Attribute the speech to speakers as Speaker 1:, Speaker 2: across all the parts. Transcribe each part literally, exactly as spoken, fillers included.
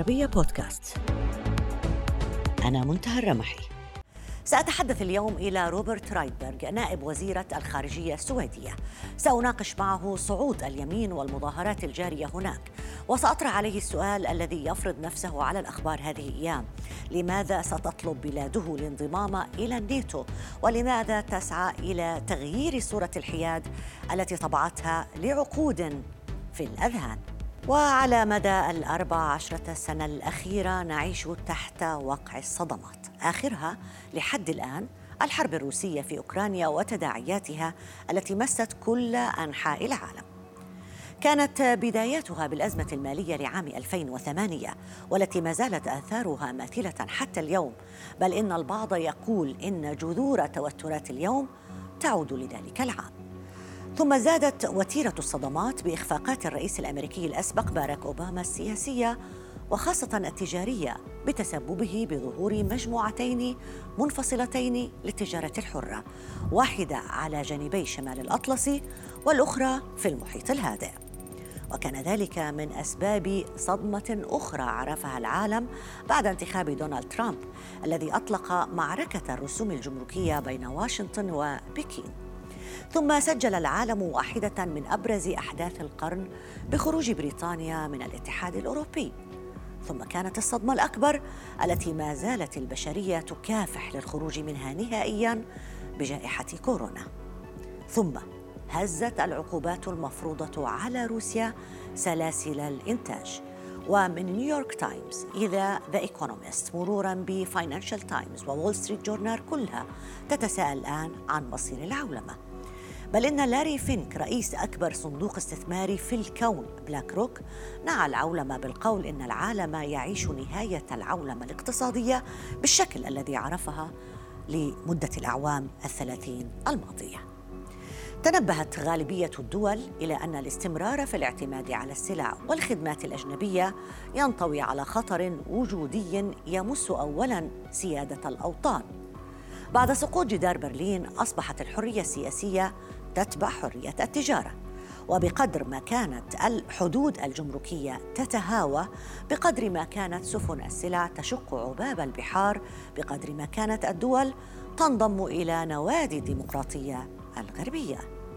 Speaker 1: العربية بودكاست. أنا منتهى الرمحي. سأتحدث اليوم إلى روبرت رايدبرغ نائب وزيرة الخارجية السويدية. سأناقش معه صعود اليمين والمظاهرات الجارية هناك، وسأطرح عليه السؤال الذي يفرض نفسه على الأخبار هذه الأيام: لماذا ستطلب بلاده الانضمام إلى الناتو؟ ولماذا تسعى إلى تغيير صورة الحياد التي طبعتها لعقود في الأذهان؟ وعلى مدى الأربع عشرة سنة الأخيرة نعيش تحت وقع الصدمات، آخرها لحد الآن الحرب الروسية في أوكرانيا وتداعياتها التي مست كل أنحاء العالم. كانت بداياتها بالأزمة المالية لعام ألفين وثمانية، والتي ما زالت آثارها ماثلة حتى اليوم، بل إن البعض يقول إن جذور توترات اليوم تعود لذلك العام. ثم زادت وتيرة الصدمات بإخفاقات الرئيس الأمريكي الأسبق باراك أوباما السياسية وخاصة التجارية، بتسببه بظهور مجموعتين منفصلتين للتجارة الحرة، واحدة على جانبي شمال الأطلسي والأخرى في المحيط الهادئ. وكان ذلك من أسباب صدمة أخرى عرفها العالم بعد انتخاب دونالد ترامب، الذي أطلق معركة الرسوم الجمركية بين واشنطن وبكين. ثم سجل العالم واحدة من أبرز أحداث القرن بخروج بريطانيا من الاتحاد الأوروبي. ثم كانت الصدمة الأكبر التي ما زالت البشرية تكافح للخروج منها نهائياً بجائحة كورونا. ثم هزت العقوبات المفروضة على روسيا سلاسل الإنتاج، ومن نيويورك تايمز إلى ذا إيكونومست مروراً بفاينانشال تايمز وول ستريت جورنال، كلها تتساءل الآن عن مصير العولمة. بل إن لاري فينك رئيس أكبر صندوق استثماري في الكون بلاك روك نعى العولمة بالقول إن العالم يعيش نهاية العولمة الاقتصادية بالشكل الذي عرفها لمدة الأعوام الثلاثين الماضية. تنبهت غالبية الدول إلى أن الاستمرار في الاعتماد على السلع والخدمات الأجنبية ينطوي على خطر وجودي يمس أولاً سيادة الأوطان. بعد سقوط جدار برلين أصبحت الحرية السياسية تتبع حرية التجارة، وبقدر ما كانت الحدود الجمركية تتهاوى، بقدر ما كانت سفن السلع تشق عباب البحار، بقدر ما كانت الدول تنضم إلى نوادي الديمقراطية الغربية.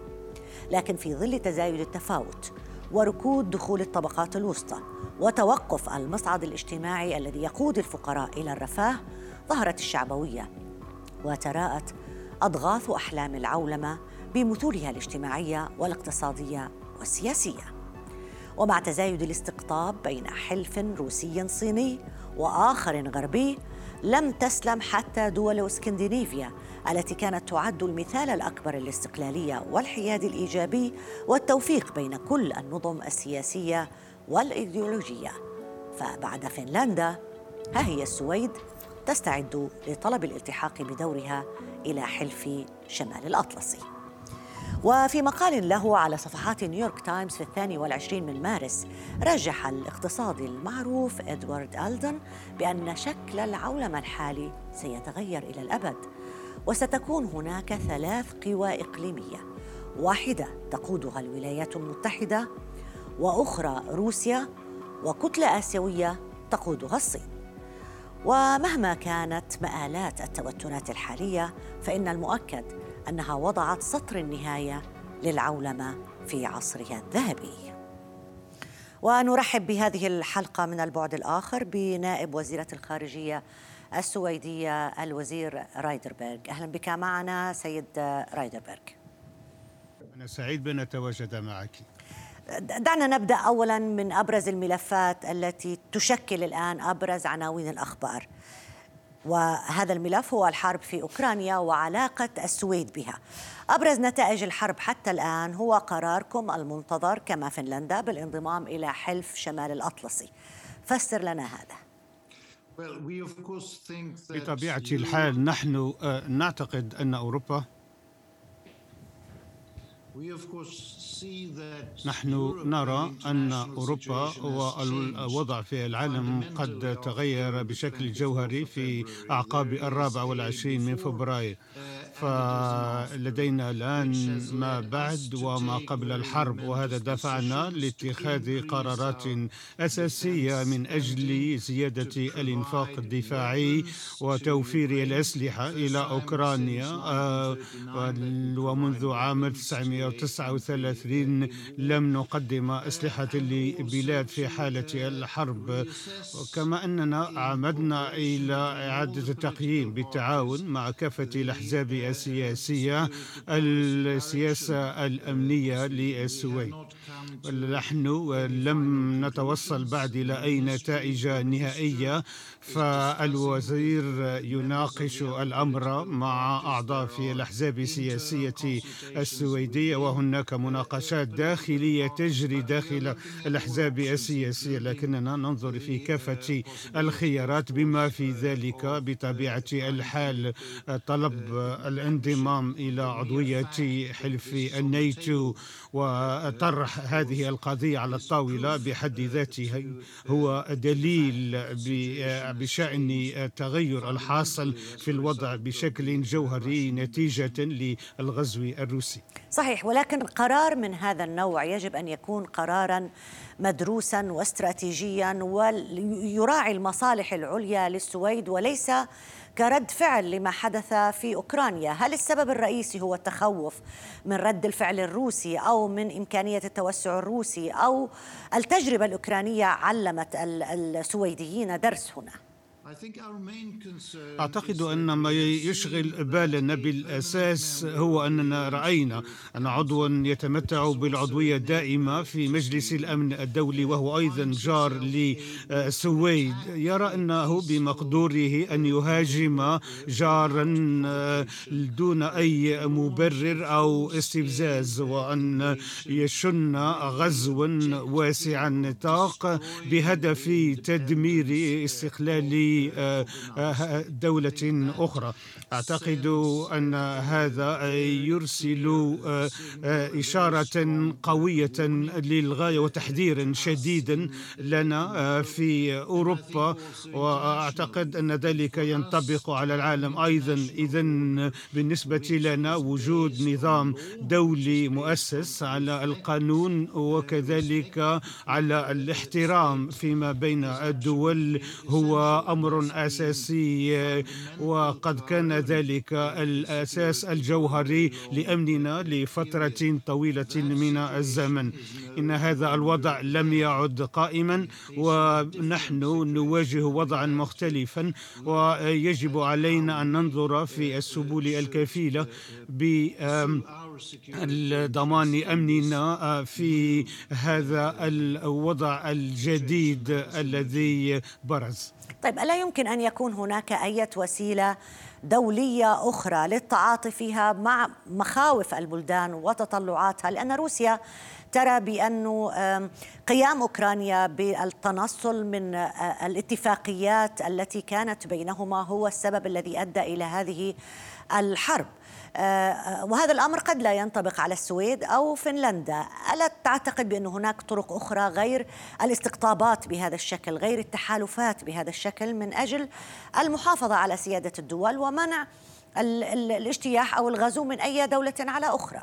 Speaker 1: لكن في ظل تزايد التفاوت وركود دخول الطبقات الوسطى وتوقف المصعد الاجتماعي الذي يقود الفقراء إلى الرفاه، ظهرت الشعبوية وتراءت أضغاث أحلام العولمة بمثولها الاجتماعية والاقتصادية والسياسية. ومع تزايد الاستقطاب بين حلف روسي صيني وآخر غربي، لم تسلم حتى دول اسكندنافيا التي كانت تعد المثال الأكبر للاستقلالية والحياد الإيجابي والتوفيق بين كل النظم السياسية والإيديولوجية. فبعد فنلندا، ها هي السويد تستعد لطلب الالتحاق بدورها إلى حلف شمال الأطلسي. وفي مقال له على صفحات نيويورك تايمز في الثاني والعشرين من مارس، رجح الاقتصادي المعروف إدوارد ألدن بأن شكل العولمة الحالي سيتغير إلى الأبد، وستكون هناك ثلاث قوى إقليمية: واحدة تقودها الولايات المتحدة، وأخرى روسيا، وكتلة آسيوية تقودها الصين. ومهما كانت مآلات التوترات الحالية، فإن المؤكد أنها وضعت سطر النهاية للعولمة في عصرها الذهبي. ونرحب بهذه الحلقة من البعد الآخر بنائب وزيرة الخارجية السويدية الوزير رايدبرغ. أهلا بك معنا سيد رايدبرغ.
Speaker 2: أنا سعيد بأن أتواجد معك.
Speaker 1: دعنا نبدأ أولاً من أبرز الملفات التي تشكل الآن أبرز عناوين الأخبار، وهذا الملف هو الحرب في أوكرانيا وعلاقة السويد بها. أبرز نتائج الحرب حتى الآن هو قراركم المنتظر كما فنلندا بالانضمام إلى حلف شمال الأطلسي. فسر لنا هذا.
Speaker 2: بطبيعة الحال نحن نعتقد أن أوروبا نحن نرى أن أوروبا والوضع في العالم قد تغير بشكل جوهري في أعقاب الرابع والعشرين من فبراير، فلدينا الآن ما بعد وما قبل الحرب، وهذا دفعنا لاتخاذ قرارات أساسية من أجل زيادة الإنفاق الدفاعي وتوفير الأسلحة إلى أوكرانيا. ومنذ عام ألف وتسعمائة وتسعة وثلاثين لم نقدم أسلحة لبلاد في حالة الحرب. كما أننا عمدنا إلى إعادة التقييم بالتعاون مع كافة الأحزاب السياسية السياسة الأمنية للسويد. نحن لم نتوصل بعد إلى أي نتائج نهائية، فالوزير يناقش الأمر مع أعضاء في الأحزاب السياسية السويدية، وهناك مناقشات داخلية تجري داخل الأحزاب السياسية، لكننا ننظر في كافة الخيارات بما في ذلك بطبيعة الحال طلب الانضمام إلى عضوية حلف الناتو وطرح هذه القضية على الطاولة بحد ذاته هو دليل بشأن التغير الحاصل في الوضع بشكل جوهري نتيجة للغزو الروسي.
Speaker 1: صحيح، ولكن قرار من هذا النوع يجب أن يكون قراراً مدروساً واستراتيجياً ويراعي المصالح العليا للسويد وليس كرد فعل لما حدث في أوكرانيا. هل السبب الرئيسي هو التخوف من رد الفعل الروسي أو من إمكانية التوسع الروسي أو التجربة الأوكرانية علمت السويديين درس هنا؟
Speaker 2: أعتقد أن ما يشغل بالنا بالأساس هو أننا رأينا أن عضوا يتمتع بالعضوية الدائمة في مجلس الأمن الدولي وهو أيضا جار للسويد يرى أنه بمقدوره أن يهاجم جارا دون أي مبرر أو استفزاز، وأن يشن غزوا واسع النطاق بهدف تدمير استقلال دولة أخرى. أعتقد أن هذا يرسل إشارة قوية للغاية وتحذيرا شديدا لنا في أوروبا، وأعتقد أن ذلك ينطبق على العالم أيضا. إذن بالنسبة لنا وجود نظام دولي مؤسس على القانون وكذلك على الاحترام فيما بين الدول هو أمر أساسي، وقد كان ذلك الأساس الجوهري لأمننا لفترة طويلة من الزمن. إن هذا الوضع لم يعد قائما ونحن نواجه وضعا مختلفا، ويجب علينا أن ننظر في السبل الكفيلة بضمان أمننا في هذا الوضع الجديد الذي برز.
Speaker 1: طيب، ألا يمكن أن يكون هناك أي وسيلة دولية أخرى للتعاطي فيها مع مخاوف البلدان وتطلعاتها؟ لأن روسيا ترى بأن قيام أوكرانيا بالتنصل من الاتفاقيات التي كانت بينهما هو السبب الذي أدى إلى هذه الحرب، وهذا الأمر قد لا ينطبق على السويد أو فنلندا. ألا تعتقد بأن هناك طرق أخرى غير الاستقطابات بهذا الشكل، غير التحالفات بهذا الشكل، من أجل المحافظة على سيادة الدول ومنع الاجتياح أو الغزو من أي دولة على أخرى؟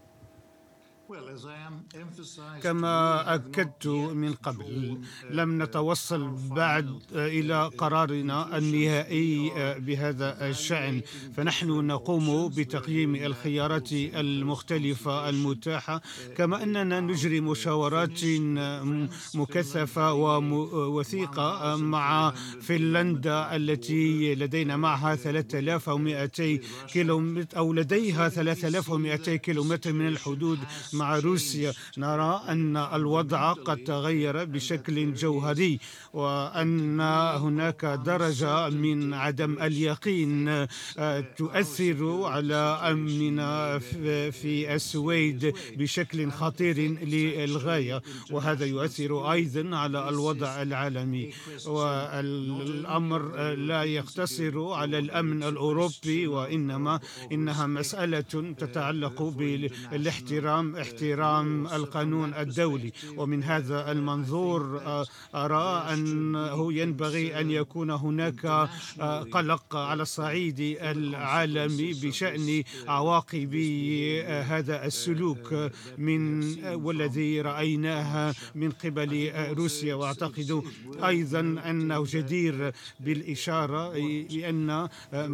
Speaker 2: كما أكدت من قبل، لم نتوصل بعد إلى قرارنا النهائي بهذا الشأن، فنحن نقوم بتقييم الخيارات المختلفة المتاحة، كما أننا نجري مشاورات مكثفة ووثيقة مع فنلندا التي لدينا معها ثلاثة آلاف ومئتين كيلومتر أو لديها ثلاثة آلاف ومئتين كيلومتر من الحدود مع روسيا. نرى أن الوضع قد تغير بشكل جوهري، وأن هناك درجة من عدم اليقين تؤثر على أمننا في السويد بشكل خطير للغاية، وهذا يؤثر أيضا على الوضع العالمي. والأمر لا يقتصر على الأمن الأوروبي، وإنما إنها مسألة تتعلق بالاحترام احترام القانون الدولي. ومن هذا المنظور أرى أنه ينبغي أن يكون هناك قلق على الصعيد العالمي بشأن عواقب هذا السلوك من والذي رأيناه من قبل روسيا. وأعتقد أيضا أنه جدير بالإشارة بأن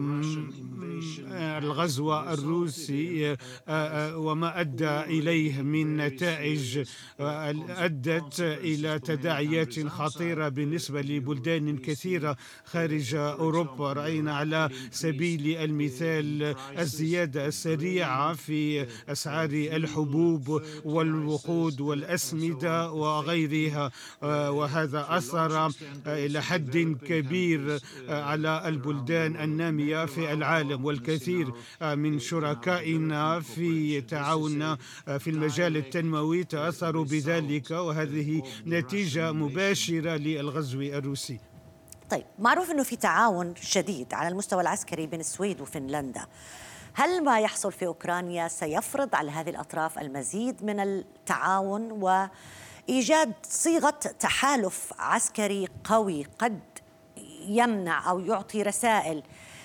Speaker 2: الغزو الروسي وما أدى إليه من نتائج أدت إلى تداعيات خطيرة بالنسبة لبلدان كثيرة خارج أوروبا. رأينا على سبيل المثال الزيادة السريعة في أسعار الحبوب والوقود والأسمدة وغيرها، وهذا أثر إلى حد كبير على البلدان النامية في العالم. والكثير من شركائنا في تعاوننا في المجال التنموي تأثروا بذلك، وهذه نتيجة مباشرة للغزو الروسي.
Speaker 1: طيب، معروف أنه في تعاون شديد على المستوى العسكري بين السويد وفنلندا. هل ما يحصل في أوكرانيا سيفرض على هذه الأطراف المزيد من التعاون وإيجاد صيغة تحالف عسكري قوي قد يمنع أو يعطي رسائل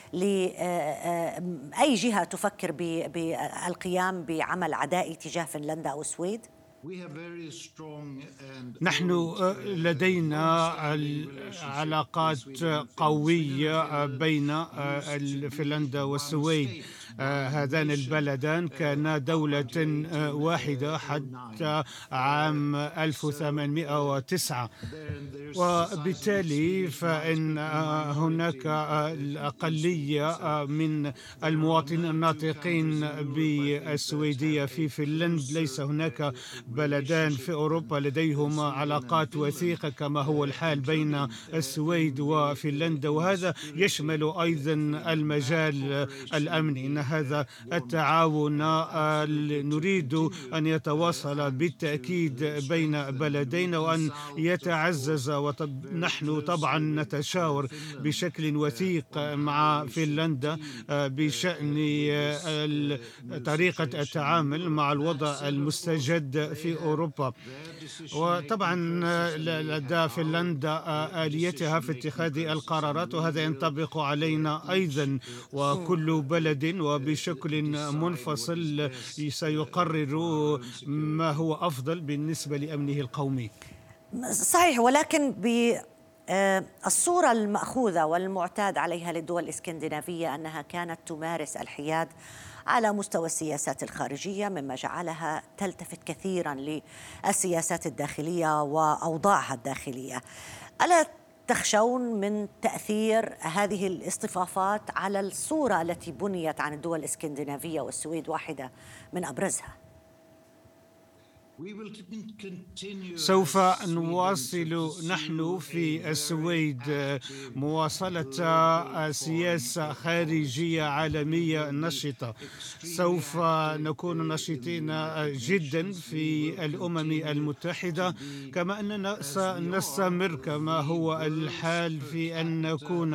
Speaker 1: لأي جهة تفكر بالقيام بعمل عدائي تجاه فنلندا أو السويد؟
Speaker 2: نحن لدينا علاقات قوية بين فنلندا والسويد. هذان البلدان كانا دولة واحدة حتى عام ألف وثمانمائة وتسعة، وبالتالي فإن هناك الأقلية من المواطنين الناطقين بالسويدية في فنلند. ليس هناك بلدان في أوروبا لديهما علاقات وثيقة كما هو الحال بين السويد وفنلندا، وهذا يشمل أيضا المجال الأمني. إن هذا التعاون نريد أن يتواصل بالتأكيد بين بلدين وأن يتعزز، ونحن طبعا نتشاور بشكل وثيق مع فنلندا بشأن طريقة التعامل مع الوضع المستجد في أوروبا. وطبعا لدى فنلندا آليتها في اتخاذ القرارات، وهذا ينطبق علينا أيضا، وكل بلد وبشكل منفصل سيقرر ما هو أفضل بالنسبة لأمنه القومي.
Speaker 1: صحيح، ولكن بالصورة المأخوذة والمعتاد عليها للدول الإسكندنافية أنها كانت تمارس الحياد على مستوى السياسات الخارجية، مما جعلها تلتفت كثيرا للسياسات الداخلية وأوضاعها الداخلية. ألا تخشون من تأثير هذه الاصطفافات على الصورة التي بنيت عن الدول الإسكندنافية، والسويد واحدة من أبرزها؟
Speaker 2: سوف نواصل نحن في السويد مواصلة سياسة خارجية عالمية نشطة. سوف نكون نشطين جدا في الأمم المتحدة، كما أننا سنستمر كما هو الحال في أن نكون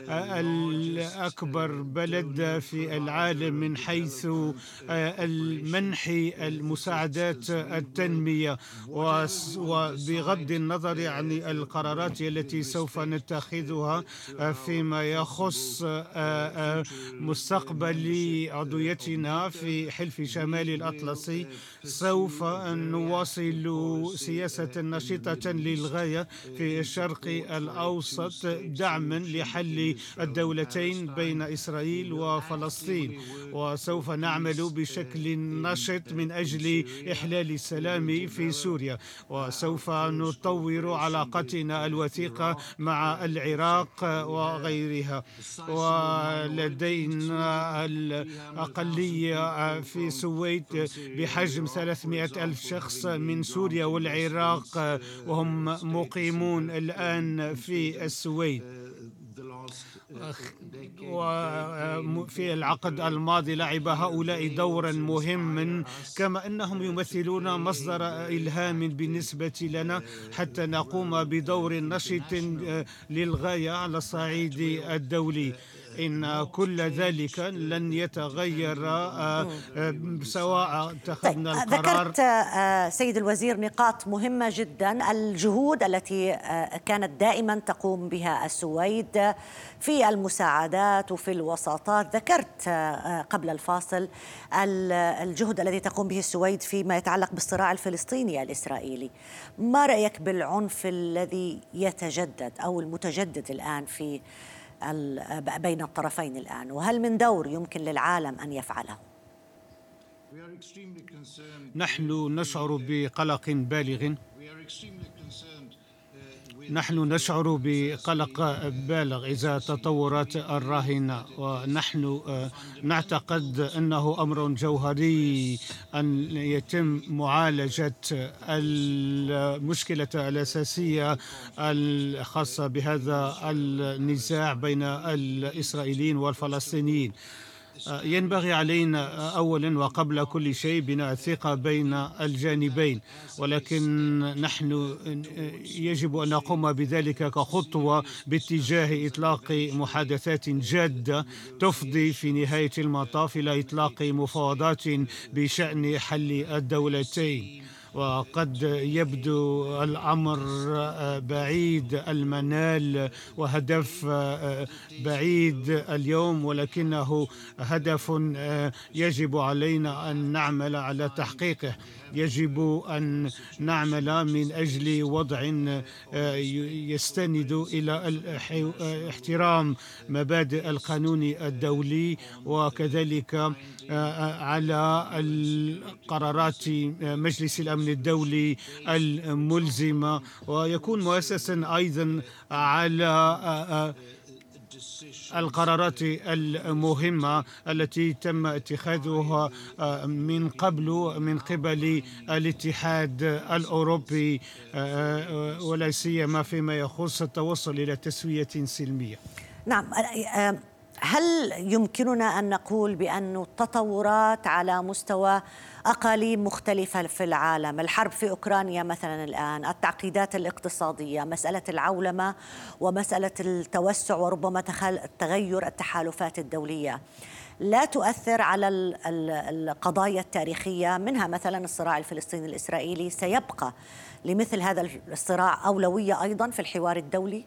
Speaker 2: الأكبر بلد في العالم من حيث المنح المساعدات التنمية، وبغض النظر عن القرارات التي سوف نتخذها فيما يخص مستقبل عضويتنا في حلف شمال الأطلسي. سوف نواصل سياسة نشطة للغاية في الشرق الأوسط دعما لحل الدولتين بين إسرائيل وفلسطين، وسوف نعمل بشكل نشط من أجل إحلال السلام في سوريا، وسوف نطور علاقتنا الوثيقة مع العراق وغيرها. ولدينا الأقلية في السويد بحجم ثلاثمائة ألف شخص من سوريا والعراق، وهم مقيمون الآن في السويد. وفي العقد الماضي لعب هؤلاء دورا مهما، كما أنهم يمثلون مصدر إلهام بالنسبة لنا حتى نقوم بدور نشط للغاية على الصعيد الدولي. إن كل ذلك لن يتغير سواء اتخذنا
Speaker 1: طيب،
Speaker 2: القرار.
Speaker 1: ذكرت سيد الوزير نقاط مهمة جدا، الجهود التي كانت دائما تقوم بها السويد في المساعدات وفي الوساطات. ذكرت قبل الفاصل الجهد الذي تقوم به السويد فيما يتعلق بالصراع الفلسطيني الإسرائيلي. ما رأيك بالعنف الذي يتجدد أو المتجدد الآن في بين الطرفين الآن، وهل من دور يمكن للعالم أن يفعله؟
Speaker 2: نحن نشعر بقلق بالغ نحن نشعر بقلق بالغ إذا تطورات الراهنة، ونحن نعتقد أنه أمر جوهري أن يتم معالجة المشكلة الأساسية الخاصة بهذا النزاع بين الإسرائيليين والفلسطينيين. ينبغي علينا أولا وقبل كل شيء بناء الثقة بين الجانبين، ولكن نحن يجب أن نقوم بذلك كخطوة باتجاه إطلاق محادثات جادة تفضي في نهاية المطاف إلى إطلاق مفاوضات بشأن حل الدولتين. وقد يبدو الأمر بعيد المنال وهدف بعيد اليوم، ولكنه هدف يجب علينا أن نعمل على تحقيقه. يجب أن نعمل من أجل وضع يستند إلى احترام مبادئ القانون الدولي، وكذلك على القرارات مجلس الأمن الدولي الملزمة، ويكون مؤسسا أيضا على القرارات المهمة التي تم اتخاذها من قبل من قبل الاتحاد الأوروبي، ولا سيما فيما يخص التوصل إلى تسوية سلمية.
Speaker 1: نعم، هل يمكننا أن نقول بأن التطورات على مستوى أقاليم مختلفة في العالم، الحرب في أوكرانيا مثلا الآن، التعقيدات الاقتصادية، مسألة العولمة ومسألة التوسع وربما تغير التحالفات الدولية، لا تؤثر على القضايا التاريخية منها مثلا الصراع الفلسطيني الإسرائيلي؟ سيبقى لمثل هذا الصراع أولوية أيضا في الحوار الدولي؟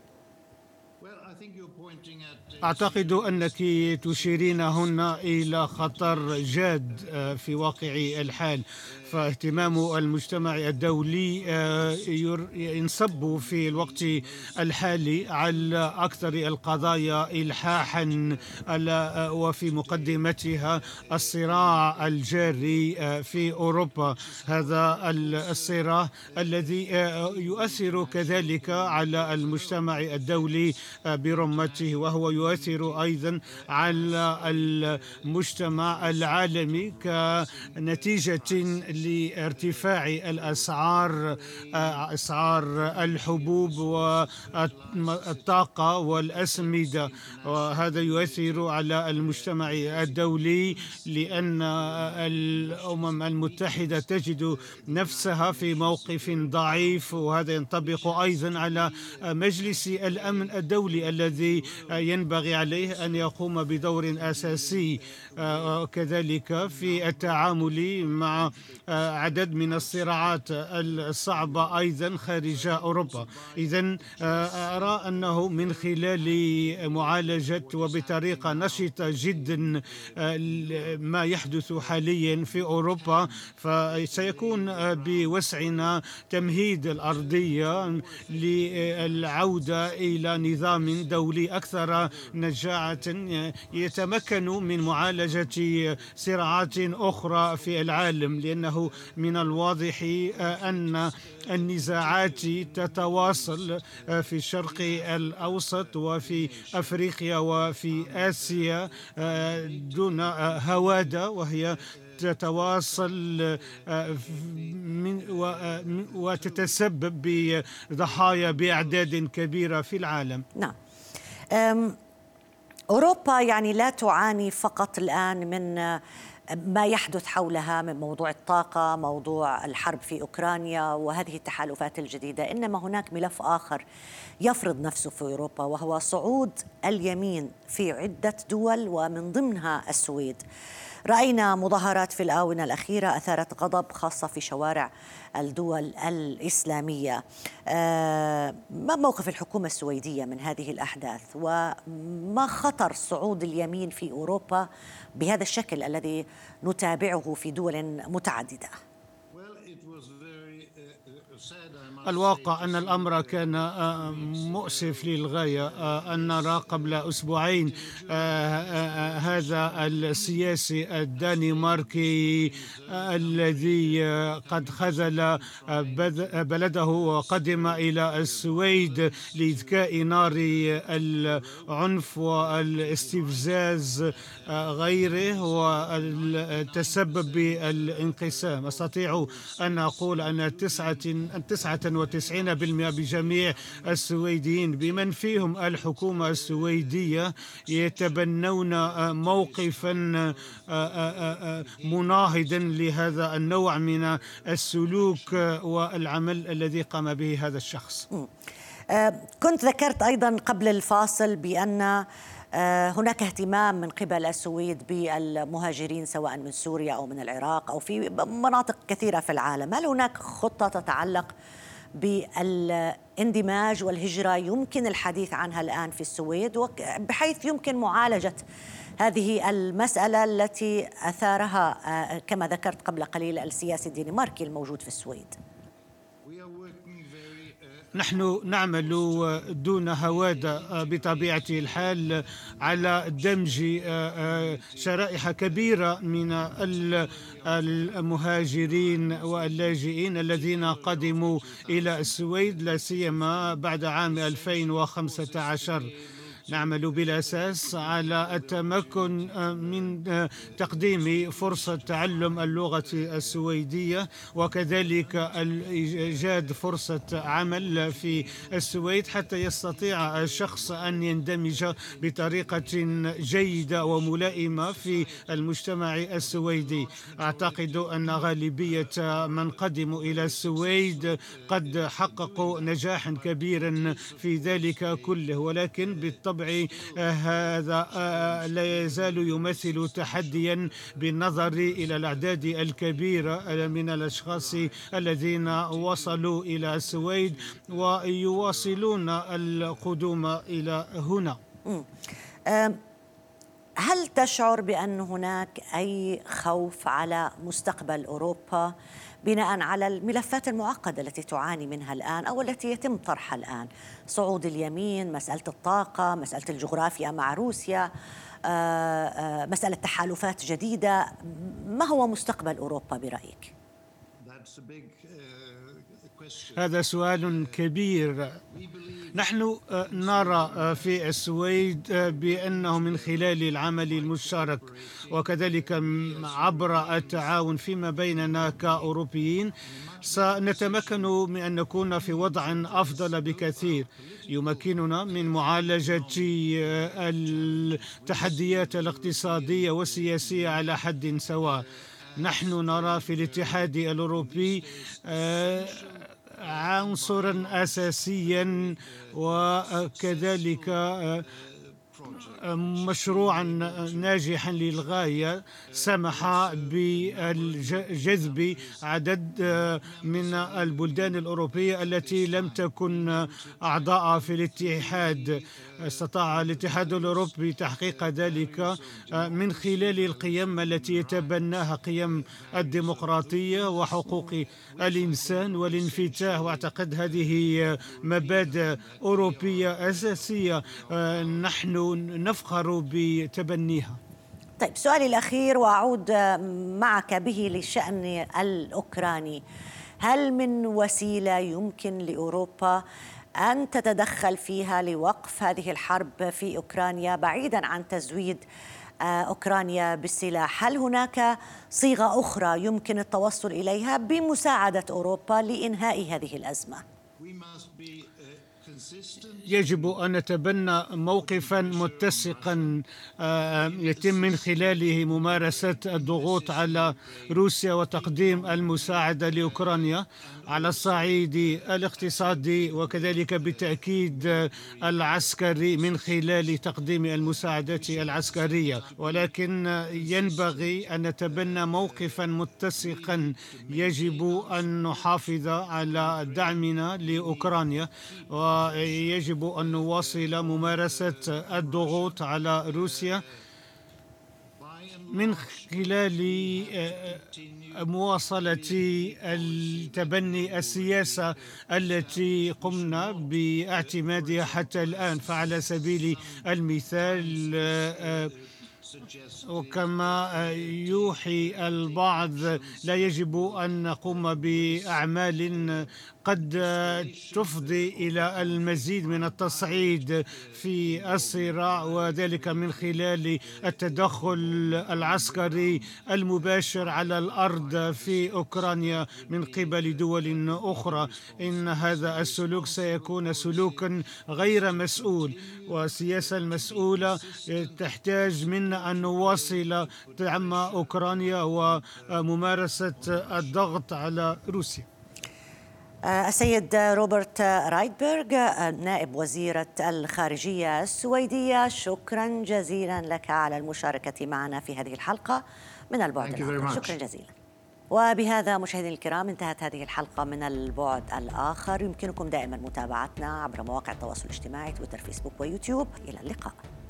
Speaker 2: أعتقد أنك تشيرين هنا إلى خطر جاد في واقع الحال، فاهتمام المجتمع الدولي ينصب في الوقت الحالي على أكثر القضايا إلحاحا، وفي مقدمتها الصراع الجاري في أوروبا. هذا الصراع الذي يؤثر كذلك على المجتمع الدولي برمته، وهو يؤثر أيضا على المجتمع العالمي كنتيجة لارتفاع الأسعار أسعار الحبوب والطاقة والأسمدة، وهذا يؤثر على المجتمع الدولي لأن الأمم المتحدة تجد نفسها في موقف ضعيف، وهذا ينطبق أيضا على مجلس الأمن الدولي الذي ينبغي عليه أن يقوم بدور أساسي كذلك في التعامل مع عدد من الصراعات الصعبة أيضا خارج أوروبا. إذن أرى أنه من خلال معالجة وبطريقة نشطة جدا ما يحدث حاليا في أوروبا، فسيكون بوسعنا تمهيد الأرضية للعودة إلى نظام دولي أكثر نجاعة يتمكن من معالجة صراعات أخرى في العالم، لأنه من الواضح أن النزاعات تتواصل في الشرق الأوسط وفي أفريقيا وفي آسيا دون هوادة، وهي تتواصل وتتسبب بضحايا بأعداد كبيرة في العالم.
Speaker 1: نعم، أوروبا يعني لا تعاني فقط الآن من ما يحدث حولها من موضوع الطاقة، موضوع الحرب في أوكرانيا وهذه التحالفات الجديدة، إنما هناك ملف آخر يفرض نفسه في أوروبا، وهو صعود اليمين في عدة دول ومن ضمنها السويد. رأينا مظاهرات في الآونة الأخيرة أثارت غضب خاصة في شوارع الدول الإسلامية. ما موقف الحكومة السويدية من هذه الأحداث، وما خطر صعود اليمين في أوروبا بهذا الشكل الذي نتابعه في دول متعددة؟
Speaker 2: الواقع أن الأمر كان مؤسف للغاية أن نرى قبل أسبوعين هذا السياسي الدنماركي الذي قد خذل بلده وقدم إلى السويد لإذكاء نار العنف والاستفزاز غيره والتسبب بالانقسام. أستطيع أن أقول أن تسعة تسعة وتسعين بالمئة بجميع السويديين بمن فيهم الحكومة السويدية يتبنون موقفا مناهضا لهذا النوع من السلوك والعمل الذي قام به هذا الشخص.
Speaker 1: كنت ذكرت أيضا قبل الفاصل بأن هناك اهتمام من قبل السويد بالمهاجرين سواء من سوريا أو من العراق أو في مناطق كثيرة في العالم. هل هناك خطة تتعلق بالاندماج والهجرة يمكن الحديث عنها الآن في السويد، بحيث يمكن معالجة هذه المسألة التي أثارها كما ذكرت قبل قليل السياسي الدنماركي الموجود في السويد؟
Speaker 2: نحن نعمل دون هوادة بطبيعة الحال على دمج شرائح كبيرة من المهاجرين واللاجئين الذين قدموا إلى السويد لا سيما بعد عام ألفين وخمسة عشر. نعمل بالأساس على التمكن من تقديم فرصة تعلم اللغة السويدية وكذلك إيجاد فرصة عمل في السويد حتى يستطيع الشخص أن يندمج بطريقة جيدة وملائمة في المجتمع السويدي. أعتقد أن غالبية من قدموا إلى السويد قد حققوا نجاحا كبيرا في ذلك كله، ولكن بالطبع هذا لا يزال يمثل تحديا بالنظر إلى الأعداد الكبيرة من الأشخاص الذين وصلوا إلى السويد ويواصلون القدوم إلى هنا.
Speaker 1: هل تشعر بأن هناك أي خوف على مستقبل أوروبا بناء على الملفات المعقدة التي تعاني منها الآن أو التي يتم طرحها الآن؟ صعود اليمين، مسألة الطاقة، مسألة الجغرافيا مع روسيا، مسألة تحالفات جديدة. ما هو مستقبل أوروبا برأيك؟
Speaker 2: هذا سؤال كبير. نحن نرى في السويد بأنه من خلال العمل المشترك وكذلك عبر التعاون فيما بيننا كأوروبيين سنتمكن من أن نكون في وضع أفضل بكثير يمكننا من معالجة التحديات الاقتصادية والسياسية على حد سواء. نحن نرى في الاتحاد الأوروبي عنصرا أساسيا وكذلك مشروعا ناجحا للغاية سمح بجذب عدد من البلدان الأوروبية التي لم تكن أعضاء في الاتحاد. استطاع الاتحاد الأوروبي تحقيق ذلك من خلال القيم التي يتبناها قيم الديمقراطية وحقوق الإنسان والانفتاح، واعتقد هذه مبادئ أوروبية أساسية نحن نفخر بتبنيها.
Speaker 1: طيب، سؤالي الأخير وأعود معك به للشأن الأوكراني. هل من وسيلة يمكن لأوروبا أن تتدخل فيها لوقف هذه الحرب في أوكرانيا بعيداً عن تزويد أوكرانيا بالسلاح؟ هل هناك صيغة أخرى يمكن التوصل إليها بمساعدة أوروبا لإنهاء هذه الأزمة؟
Speaker 2: يجب أن نتبنى موقفا متسقا يتم من خلاله ممارسة الضغوط على روسيا وتقديم المساعدة لأوكرانيا على الصعيد الاقتصادي وكذلك بالتأكيد العسكري من خلال تقديم المساعدات العسكرية، ولكن ينبغي أن نتبنى موقفا متسقا. يجب أن نحافظ على دعمنا لأوكرانيا ويجب أن نواصل ممارسة الضغوط على روسيا من خلال مواصلة التبني السياسة التي قمنا باعتمادها حتى الآن. فعلى سبيل المثال وكما يوحي البعض لا يجب أن نقوم بأعمال قد تفضي إلى المزيد من التصعيد في الصراع، وذلك من خلال التدخل العسكري المباشر على الأرض في أوكرانيا من قبل دول أخرى. إن هذا السلوك سيكون سلوكا غير مسؤول، والسياسة المسؤولة تحتاج منا أن نواصل دعم أوكرانيا وممارسة الضغط على روسيا.
Speaker 1: السيد روبرت رايتبرغ نائب وزيرة الخارجية السويدية، شكرا جزيلا لك على المشاركة معنا في هذه الحلقة من البعد الآخر. شكرا جزيلا. وبهذا مشاهدينا الكرام انتهت هذه الحلقة من البعد الآخر. يمكنكم دائما متابعتنا عبر مواقع التواصل الاجتماعي تويتر، فيسبوك ويوتيوب. إلى اللقاء.